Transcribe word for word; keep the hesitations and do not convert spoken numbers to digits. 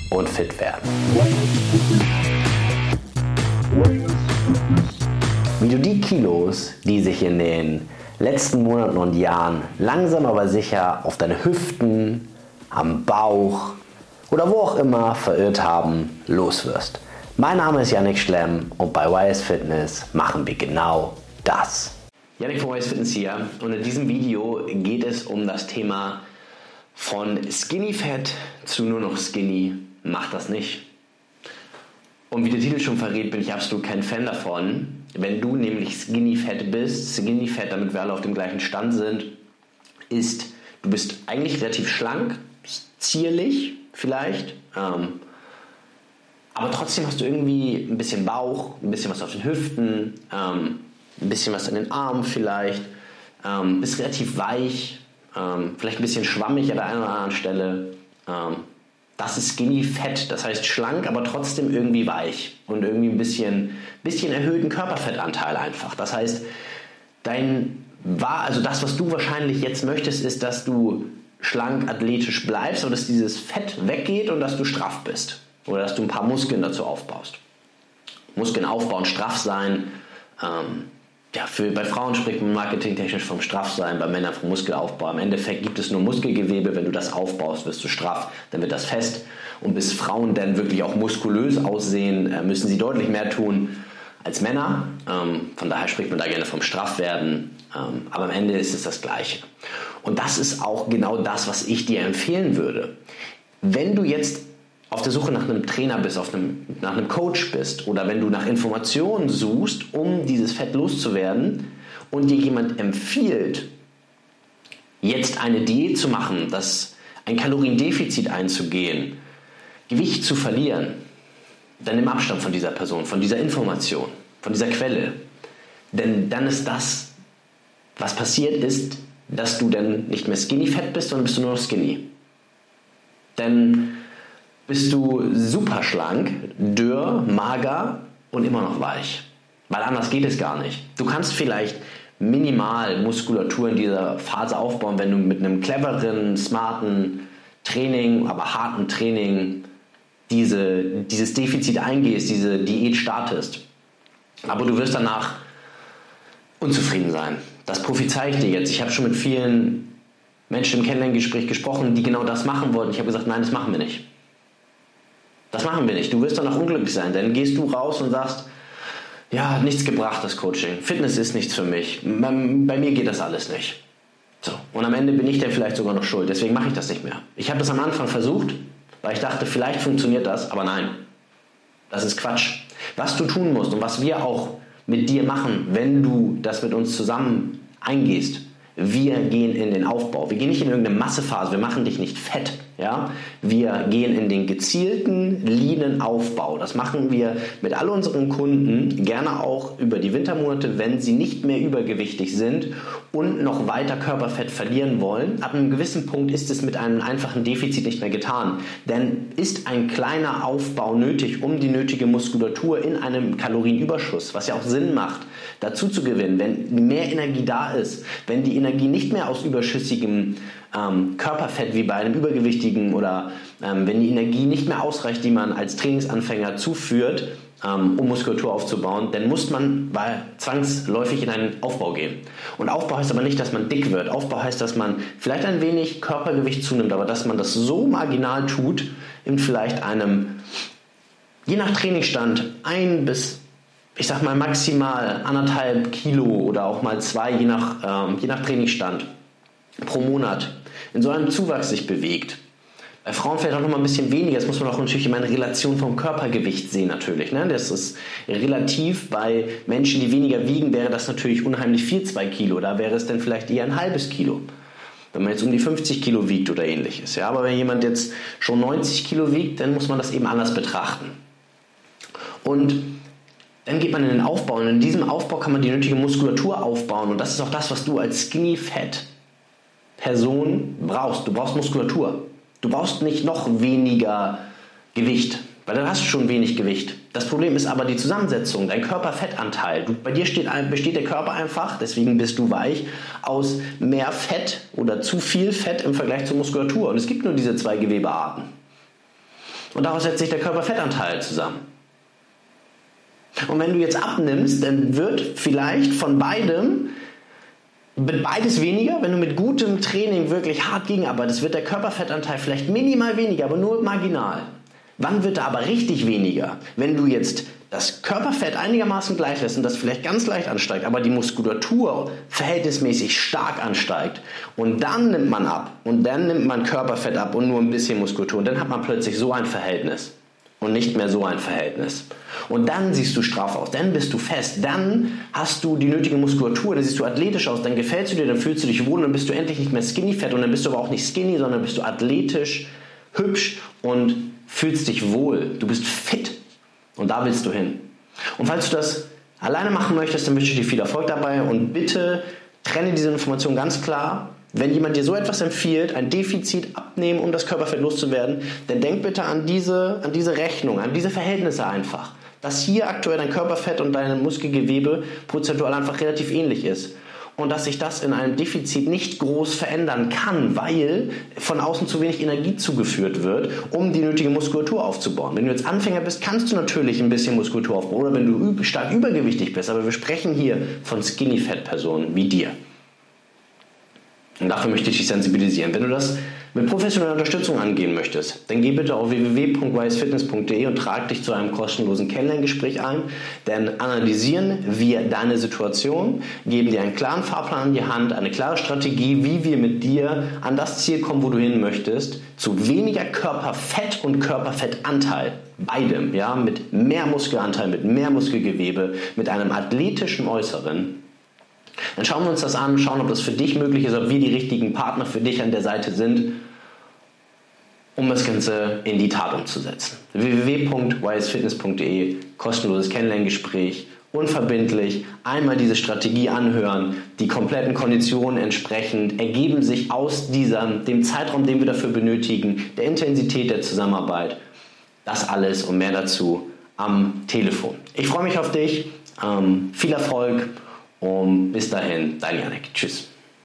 und fit werden. Wie du die Kilos, die sich in den letzten Monaten und Jahren langsam aber sicher auf deine Hüften, am Bauch oder wo auch immer verirrt haben, loswirst. Mein Name ist Yannick Schlemm und bei Y S Fitness machen wir genau das. Yannick von Y S Fitness hier und in diesem Video geht es um das Thema von Skinny Fat zu nur noch Skinny. Mach das nicht. Und wie der Titel schon verrät, bin ich absolut kein Fan davon. Wenn du nämlich Skinny Fat bist, Skinny Fat, damit wir alle auf dem gleichen Stand sind, ist, du bist eigentlich relativ schlank, zierlich vielleicht, ähm, aber trotzdem hast du irgendwie ein bisschen Bauch, ein bisschen was auf den Hüften, ähm, ein bisschen was an den Armen vielleicht, ähm, bist relativ weich, ähm, vielleicht ein bisschen schwammig an der einen oder anderen Stelle. Ähm, das ist Skinny Fat, das heißt schlank, aber trotzdem irgendwie weich und irgendwie ein bisschen, bisschen erhöhten Körperfettanteil einfach. Das heißt, dein war also das, was du wahrscheinlich jetzt möchtest, ist, dass du schlank athletisch bleibst und dass dieses Fett weggeht und dass du straff bist. Oder dass du ein paar Muskeln dazu aufbaust. Muskeln aufbauen, straff sein. Ähm, ja, für, bei Frauen spricht man marketingtechnisch vom Straffsein, bei Männern vom Muskelaufbau. Im Endeffekt gibt es nur Muskelgewebe. Wenn du das aufbaust, wirst du straff, dann wird das fest. Und bis Frauen dann wirklich auch muskulös aussehen, äh, müssen sie deutlich mehr tun als Männer. Ähm, von daher spricht man da gerne vom Straffwerden. Ähm, aber am Ende ist es das Gleiche. Und das ist auch genau das, was ich dir empfehlen würde. Wenn du jetzt auf der Suche nach einem Trainer bist, auf einem, nach einem Coach bist oder wenn du nach Informationen suchst, um dieses Fett loszuwerden und dir jemand empfiehlt, jetzt eine Diät zu machen, das, ein Kaloriendefizit einzugehen, Gewicht zu verlieren, dann nimm Abstand von dieser Person, von dieser Information, von dieser Quelle. Denn dann ist das, was passiert ist, dass du dann nicht mehr skinny fett bist, sondern bist du nur noch skinny. Denn bist du super schlank, dürr, mager und immer noch weich. Weil anders geht es gar nicht. Du kannst vielleicht minimal Muskulatur in dieser Phase aufbauen, wenn du mit einem cleveren, smarten Training, aber harten Training diese, dieses Defizit eingehst, diese Diät startest. Aber du wirst danach unzufrieden sein. Das prophezei ich dir jetzt. Ich habe schon mit vielen Menschen im Kennenlerngespräch gesprochen, die genau das machen wollten. Ich habe gesagt, nein, das machen wir nicht. Das machen wir nicht. Du wirst danach unglücklich sein. Dann gehst du raus und sagst, ja, hat nichts gebracht, das Coaching. Fitness ist nichts für mich. Bei, bei mir geht das alles nicht. So. Und am Ende bin ich dann vielleicht sogar noch schuld. Deswegen mache ich das nicht mehr. Ich habe das am Anfang versucht, weil ich dachte, vielleicht funktioniert das, aber nein. Das ist Quatsch. Was du tun musst und was wir auch mit dir machen, wenn du das mit uns zusammen eingehst, wir gehen in den Aufbau. Wir gehen nicht in irgendeine Massephase, wir machen dich nicht fett. Ja? Wir gehen in den gezielten, leanen Aufbau. Das machen wir mit all unseren Kunden, gerne auch über die Wintermonate, wenn sie nicht mehr übergewichtig sind und noch weiter Körperfett verlieren wollen. Ab einem gewissen Punkt ist es mit einem einfachen Defizit nicht mehr getan. Denn ist ein kleiner Aufbau nötig, um die nötige Muskulatur in einem Kalorienüberschuss, was ja auch Sinn macht, dazu zu gewinnen, wenn mehr Energie da ist, wenn die Energie nicht mehr aus überschüssigem ähm, Körperfett wie bei einem Übergewichtigen oder ähm, wenn die Energie nicht mehr ausreicht, die man als Trainingsanfänger zuführt, ähm, um Muskulatur aufzubauen, dann muss man weil zwangsläufig in einen Aufbau gehen. Und Aufbau heißt aber nicht, dass man dick wird. Aufbau heißt, dass man vielleicht ein wenig Körpergewicht zunimmt, aber dass man das so marginal tut, in vielleicht einem, je nach Trainingsstand, ein bis ich sag mal maximal anderthalb Kilo oder auch mal zwei, je nach, ähm, je nach Trainingsstand pro Monat in so einem Zuwachs sich bewegt. Bei Frauen vielleicht auch noch mal ein bisschen weniger, das muss man auch natürlich in einer Relation vom Körpergewicht sehen natürlich. Ne? Das ist relativ, bei Menschen, die weniger wiegen, wäre das natürlich unheimlich viel, zwei Kilo, da wäre es dann vielleicht eher ein halbes Kilo. Wenn man jetzt um die fünfzig Kilo wiegt oder ähnliches. Ja? Aber wenn jemand jetzt schon neunzig Kilo wiegt, dann muss man das eben anders betrachten. Und dann geht man in den Aufbau und in diesem Aufbau kann man die nötige Muskulatur aufbauen und das ist auch das, was du als Skinny Fat Person brauchst. Du brauchst Muskulatur. Du brauchst nicht noch weniger Gewicht, weil dann hast du schon wenig Gewicht. Das Problem ist aber die Zusammensetzung, dein Körperfettanteil. Du, bei dir steht, besteht der Körper einfach, deswegen bist du weich, aus mehr Fett oder zu viel Fett im Vergleich zur Muskulatur und es gibt nur diese zwei Gewebearten. Und daraus setzt sich der Körperfettanteil zusammen. Und wenn du jetzt abnimmst, dann wird vielleicht von beidem beides weniger. Wenn du mit gutem Training wirklich hart gegenarbeitest, wird der Körperfettanteil vielleicht minimal weniger, aber nur marginal. Wann wird er aber richtig weniger? Wenn du jetzt das Körperfett einigermaßen gleich lässt und das vielleicht ganz leicht ansteigt, aber die Muskulatur verhältnismäßig stark ansteigt und dann nimmt man ab und dann nimmt man Körperfett ab und nur ein bisschen Muskulatur und dann hat man plötzlich so ein Verhältnis und nicht mehr so ein Verhältnis. Und dann siehst du straff aus, dann bist du fest, dann hast du die nötige Muskulatur, dann siehst du athletisch aus, dann gefällst du dir, dann fühlst du dich wohl und dann bist du endlich nicht mehr skinny fett und dann bist du aber auch nicht skinny, sondern bist du athletisch, hübsch und fühlst dich wohl. Du bist fit und da willst du hin. Und falls du das alleine machen möchtest, dann wünsche ich dir viel Erfolg dabei und bitte trenne diese Information ganz klar. Wenn jemand dir so etwas empfiehlt, ein Defizit abnehmen, um das Körperfett loszuwerden, dann denk bitte an diese, an diese Rechnung, an diese Verhältnisse einfach. Dass hier aktuell dein Körperfett und dein Muskelgewebe prozentual einfach relativ ähnlich ist. Und dass sich das in einem Defizit nicht groß verändern kann, weil von außen zu wenig Energie zugeführt wird, um die nötige Muskulatur aufzubauen. Wenn du jetzt Anfänger bist, kannst du natürlich ein bisschen Muskulatur aufbauen. Oder wenn du stark übergewichtig bist. Aber wir sprechen hier von Skinny-Fat-Personen wie dir. Und dafür möchte ich dich sensibilisieren. Wenn du das mit professioneller Unterstützung angehen möchtest, dann geh bitte auf w w w punkt wise fitness punkt d e und trag dich zu einem kostenlosen Kennenlerngespräch ein. Denn analysieren wir deine Situation, geben dir einen klaren Fahrplan in die Hand, eine klare Strategie, wie wir mit dir an das Ziel kommen, wo du hin möchtest, zu weniger Körperfett und Körperfettanteil. Beidem, ja, mit mehr Muskelanteil, mit mehr Muskelgewebe, mit einem athletischen Äußeren. Dann schauen wir uns das an, schauen, ob das für dich möglich ist, ob wir die richtigen Partner für dich an der Seite sind, um das Ganze in die Tat umzusetzen. w w w punkt wise fitness punkt d e, kostenloses Kennenlerngespräch, unverbindlich, einmal diese Strategie anhören, die kompletten Konditionen entsprechend ergeben sich aus diesem, dem Zeitraum, den wir dafür benötigen, der Intensität der Zusammenarbeit. Das alles und mehr dazu am Telefon. Ich freue mich auf dich, ähm, viel Erfolg. Und bis dahin, dein Janik. Tschüss.